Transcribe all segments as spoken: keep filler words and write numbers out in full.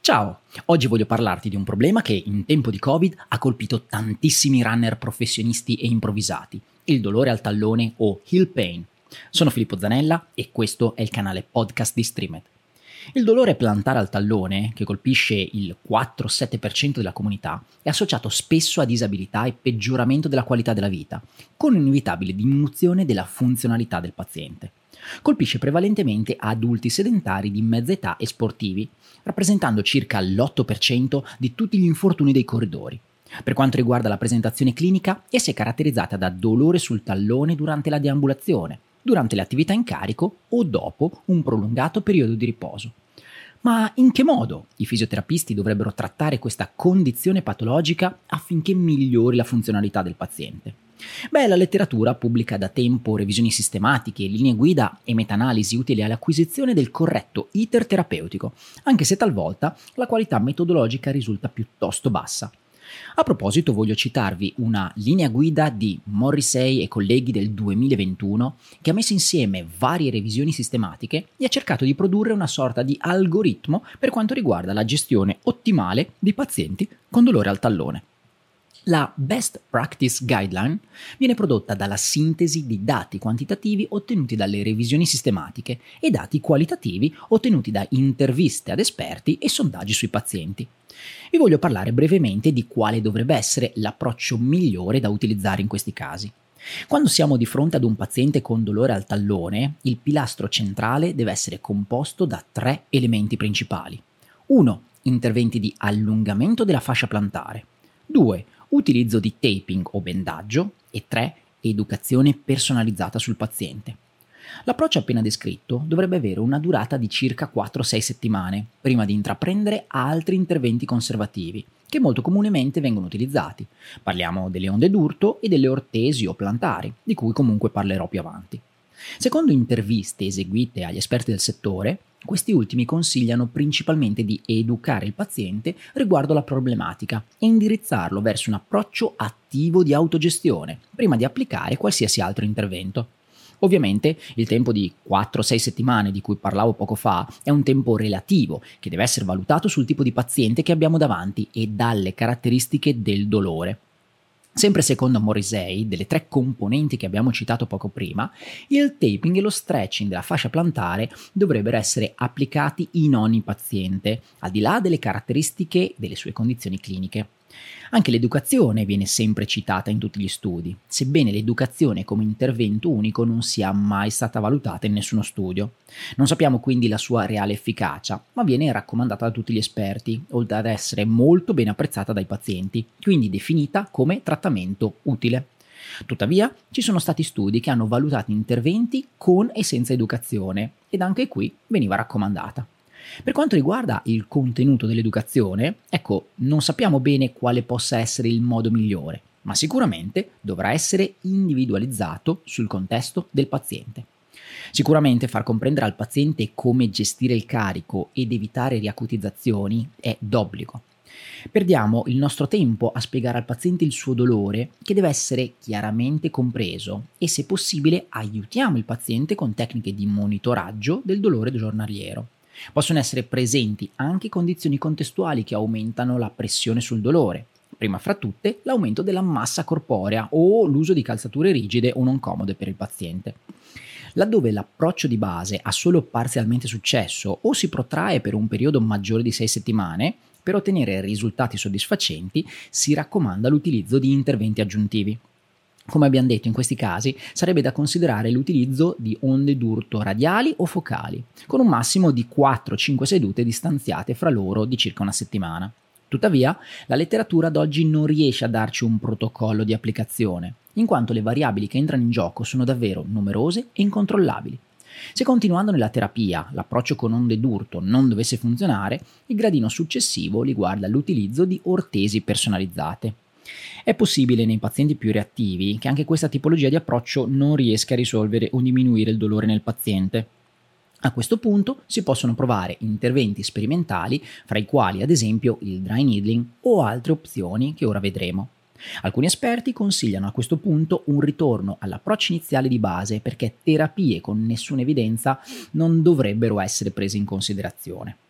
Ciao, oggi voglio parlarti di un problema che in tempo di Covid ha colpito tantissimi runner professionisti e improvvisati, il dolore al tallone o heel pain. Sono Filippo Zanella e questo è il canale podcast di Streamed. Il dolore plantare al tallone, che colpisce il quattro sette per cento della comunità, è associato spesso a disabilità e peggioramento della qualità della vita, con un'inevitabile diminuzione della funzionalità del paziente. Colpisce prevalentemente adulti sedentari di mezza età e sportivi, rappresentando circa l'otto per cento di tutti gli infortuni dei corridori. Per quanto riguarda la presentazione clinica, essa è caratterizzata da dolore sul tallone durante la deambulazione, durante le attività in carico o dopo un prolungato periodo di riposo. Ma in che modo i fisioterapisti dovrebbero trattare questa condizione patologica affinché migliori la funzionalità del paziente? Beh, la letteratura pubblica da tempo revisioni sistematiche, linee guida e meta-analisi utili all'acquisizione del corretto iter terapeutico, anche se talvolta la qualità metodologica risulta piuttosto bassa. A proposito, voglio citarvi una linea guida di Morrissey e colleghi del duemilaventuno che ha messo insieme varie revisioni sistematiche e ha cercato di produrre una sorta di algoritmo per quanto riguarda la gestione ottimale di pazienti con dolore al tallone. La Best Practice Guideline viene prodotta dalla sintesi di dati quantitativi ottenuti dalle revisioni sistematiche e dati qualitativi ottenuti da interviste ad esperti e sondaggi sui pazienti. Vi voglio parlare brevemente di quale dovrebbe essere l'approccio migliore da utilizzare in questi casi. Quando siamo di fronte ad un paziente con dolore al tallone, il pilastro centrale deve essere composto da tre elementi principali. uno. Interventi di allungamento della fascia plantare. due. Utilizzo di taping o bendaggio e tre. Educazione personalizzata sul paziente. L'approccio appena descritto dovrebbe avere una durata di circa quattro sei settimane prima di intraprendere altri interventi conservativi che molto comunemente vengono utilizzati. Parliamo delle onde d'urto e delle ortesi o plantari, di cui comunque parlerò più avanti. Secondo interviste eseguite agli esperti del settore, questi ultimi consigliano principalmente di educare il paziente riguardo alla problematica e indirizzarlo verso un approccio attivo di autogestione prima di applicare qualsiasi altro intervento. Ovviamente il tempo di quattro sei settimane di cui parlavo poco fa è un tempo relativo che deve essere valutato sul tipo di paziente che abbiamo davanti e dalle caratteristiche del dolore. Sempre secondo Morrissey, delle tre componenti che abbiamo citato poco prima, il taping e lo stretching della fascia plantare dovrebbero essere applicati in ogni paziente, al di là delle caratteristiche delle sue condizioni cliniche. Anche l'educazione viene sempre citata in tutti gli studi, sebbene l'educazione come intervento unico non sia mai stata valutata in nessuno studio. Non sappiamo quindi la sua reale efficacia, ma viene raccomandata da tutti gli esperti, oltre ad essere molto ben apprezzata dai pazienti, quindi definita come trattamento utile. Tuttavia, ci sono stati studi che hanno valutato interventi con e senza educazione, ed anche qui veniva raccomandata. Per quanto riguarda il contenuto dell'educazione, ecco, non sappiamo bene quale possa essere il modo migliore, ma sicuramente dovrà essere individualizzato sul contesto del paziente. Sicuramente far comprendere al paziente come gestire il carico ed evitare riacutizzazioni è d'obbligo. Perdiamo il nostro tempo a spiegare al paziente il suo dolore, che deve essere chiaramente compreso, e se possibile aiutiamo il paziente con tecniche di monitoraggio del dolore giornaliero. Possono essere presenti anche condizioni contestuali che aumentano la pressione sul dolore, prima fra tutte l'aumento della massa corporea o l'uso di calzature rigide o non comode per il paziente. Laddove l'approccio di base ha solo parzialmente successo o si protrae per un periodo maggiore di sei settimane, per ottenere risultati soddisfacenti si raccomanda l'utilizzo di interventi aggiuntivi. Come abbiamo detto, in questi casi sarebbe da considerare l'utilizzo di onde d'urto radiali o focali, con un massimo di quattro cinque sedute distanziate fra loro di circa una settimana. Tuttavia, la letteratura ad oggi non riesce a darci un protocollo di applicazione, in quanto le variabili che entrano in gioco sono davvero numerose e incontrollabili. Se continuando nella terapia l'approccio con onde d'urto non dovesse funzionare, il gradino successivo riguarda l'utilizzo di ortesi personalizzate. È possibile nei pazienti più reattivi che anche questa tipologia di approccio non riesca a risolvere o diminuire il dolore nel paziente. A questo punto si possono provare interventi sperimentali, fra i quali ad esempio il dry needling o altre opzioni che ora vedremo. Alcuni esperti consigliano a questo punto un ritorno all'approccio iniziale di base perché terapie con nessuna evidenza non dovrebbero essere prese in considerazione.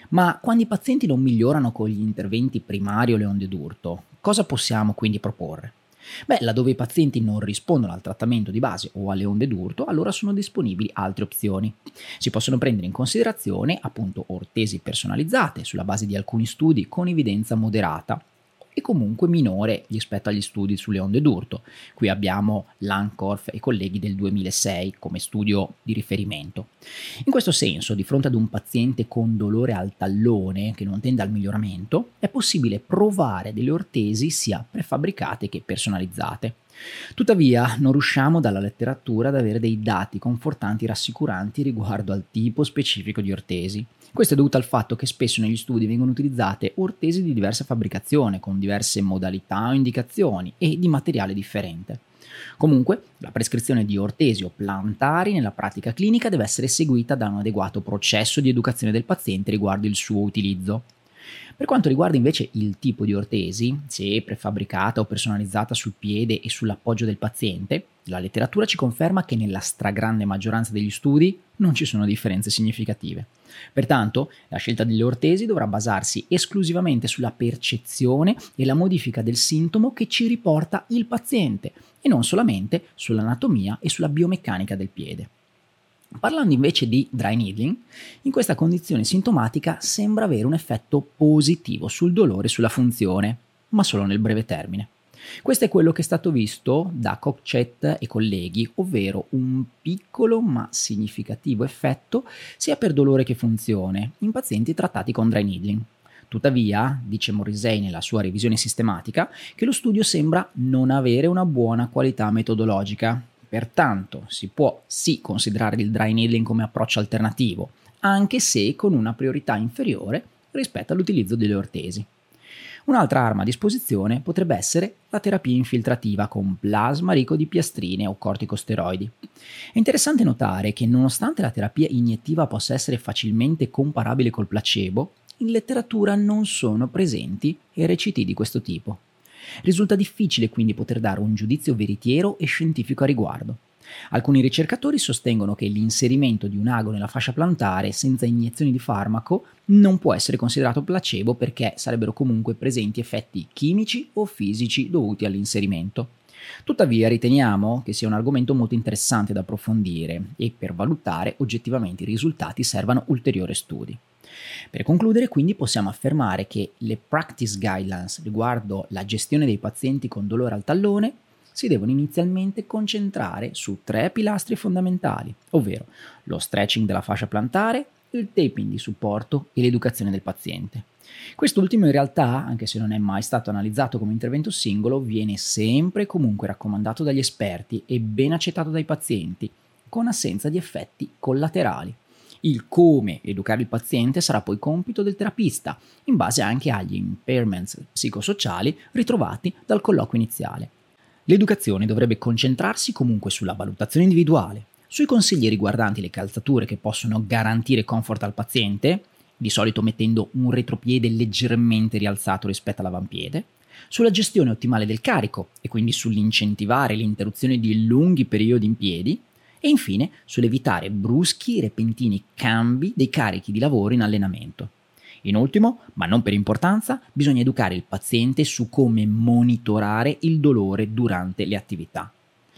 Ma quando i pazienti non migliorano con gli interventi primari o le onde d'urto, cosa possiamo quindi proporre? Beh, laddove i pazienti non rispondono al trattamento di base o alle onde d'urto, allora sono disponibili altre opzioni. Si possono prendere in considerazione appunto ortesi personalizzate sulla base di alcuni studi con evidenza moderata e comunque minore rispetto agli studi sulle onde d'urto. Qui abbiamo Landkorf e colleghi del duemilasei come studio di riferimento. In questo senso, di fronte ad un paziente con dolore al tallone che non tende al miglioramento, è possibile provare delle ortesi sia prefabbricate che personalizzate. Tuttavia, non riusciamo dalla letteratura ad avere dei dati confortanti e rassicuranti riguardo al tipo specifico di ortesi. Questo è dovuto al fatto che spesso negli studi vengono utilizzate ortesi di diversa fabbricazione, con diverse modalità o indicazioni e di materiale differente. Comunque, la prescrizione di ortesi o plantari nella pratica clinica deve essere seguita da un adeguato processo di educazione del paziente riguardo il suo utilizzo. Per quanto riguarda invece il tipo di ortesi, se prefabbricata o personalizzata sul piede e sull'appoggio del paziente, la letteratura ci conferma che nella stragrande maggioranza degli studi non ci sono differenze significative. Pertanto, la scelta delle ortesi dovrà basarsi esclusivamente sulla percezione e la modifica del sintomo che ci riporta il paziente e non solamente sull'anatomia e sulla biomeccanica del piede. Parlando invece di dry needling, in questa condizione sintomatica sembra avere un effetto positivo sul dolore e sulla funzione, ma solo nel breve termine. Questo è quello che è stato visto da Cockchet e colleghi, ovvero un piccolo ma significativo effetto sia per dolore che funzione in pazienti trattati con dry needling. Tuttavia, dice Morrissey nella sua revisione sistematica, che lo studio sembra non avere una buona qualità metodologica. Pertanto si può sì considerare il dry needling come approccio alternativo, anche se con una priorità inferiore rispetto all'utilizzo delle ortesi. Un'altra arma a disposizione potrebbe essere la terapia infiltrativa con plasma ricco di piastrine o corticosteroidi. È interessante notare che nonostante la terapia iniettiva possa essere facilmente comparabile col placebo, in letteratura non sono presenti ereciti di questo tipo. Risulta difficile quindi poter dare un giudizio veritiero e scientifico a riguardo. Alcuni ricercatori sostengono che l'inserimento di un ago nella fascia plantare senza iniezioni di farmaco non può essere considerato placebo perché sarebbero comunque presenti effetti chimici o fisici dovuti all'inserimento. Tuttavia riteniamo che sia un argomento molto interessante da approfondire e per valutare oggettivamente i risultati servano ulteriori studi. Per concludere, quindi, possiamo affermare che le practice guidelines riguardo la gestione dei pazienti con dolore al tallone si devono inizialmente concentrare su tre pilastri fondamentali, ovvero lo stretching della fascia plantare, il taping di supporto e l'educazione del paziente. Quest'ultimo in realtà, anche se non è mai stato analizzato come intervento singolo, viene sempre e comunque raccomandato dagli esperti e ben accettato dai pazienti, con assenza di effetti collaterali. Il come educare il paziente sarà poi compito del terapista, in base anche agli impairments psicosociali ritrovati dal colloquio iniziale. L'educazione dovrebbe concentrarsi comunque sulla valutazione individuale, sui consigli riguardanti le calzature che possono garantire comfort al paziente, di solito mettendo un retropiede leggermente rialzato rispetto all'avampiede, sulla gestione ottimale del carico e quindi sull'incentivare l'interruzione di lunghi periodi in piedi, e infine sull'evitare bruschi e repentini cambi dei carichi di lavoro in allenamento. In ultimo, ma non per importanza, bisogna educare il paziente su come monitorare il dolore durante le attività.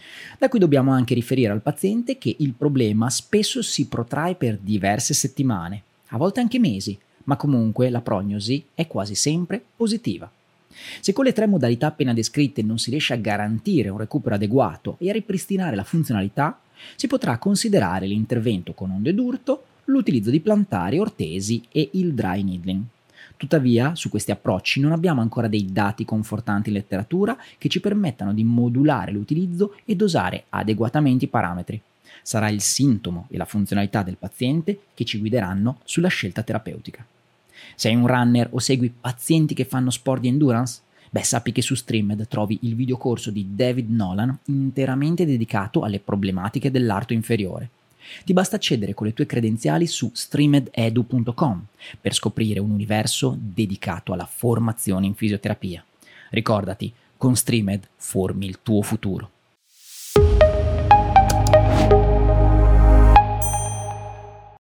Da qui dobbiamo anche riferire al paziente che il problema spesso si protrae per diverse settimane, a volte anche mesi, ma comunque la prognosi è quasi sempre positiva. Se con le tre modalità appena descritte non si riesce a garantire un recupero adeguato e a ripristinare la funzionalità, si potrà considerare l'intervento con onde d'urto, l'utilizzo di plantari, ortesi e il dry needling. Tuttavia, su questi approcci non abbiamo ancora dei dati confortanti in letteratura che ci permettano di modulare l'utilizzo e dosare adeguatamente i parametri. Sarà il sintomo e la funzionalità del paziente che ci guideranno sulla scelta terapeutica. Sei un runner o segui pazienti che fanno sport di endurance? Beh, sappi che su Streamed trovi il videocorso di David Nolan interamente dedicato alle problematiche dell'arto inferiore. Ti basta accedere con le tue credenziali su streamed edu punto com per scoprire un universo dedicato alla formazione in fisioterapia. Ricordati, con Streamed formi il tuo futuro.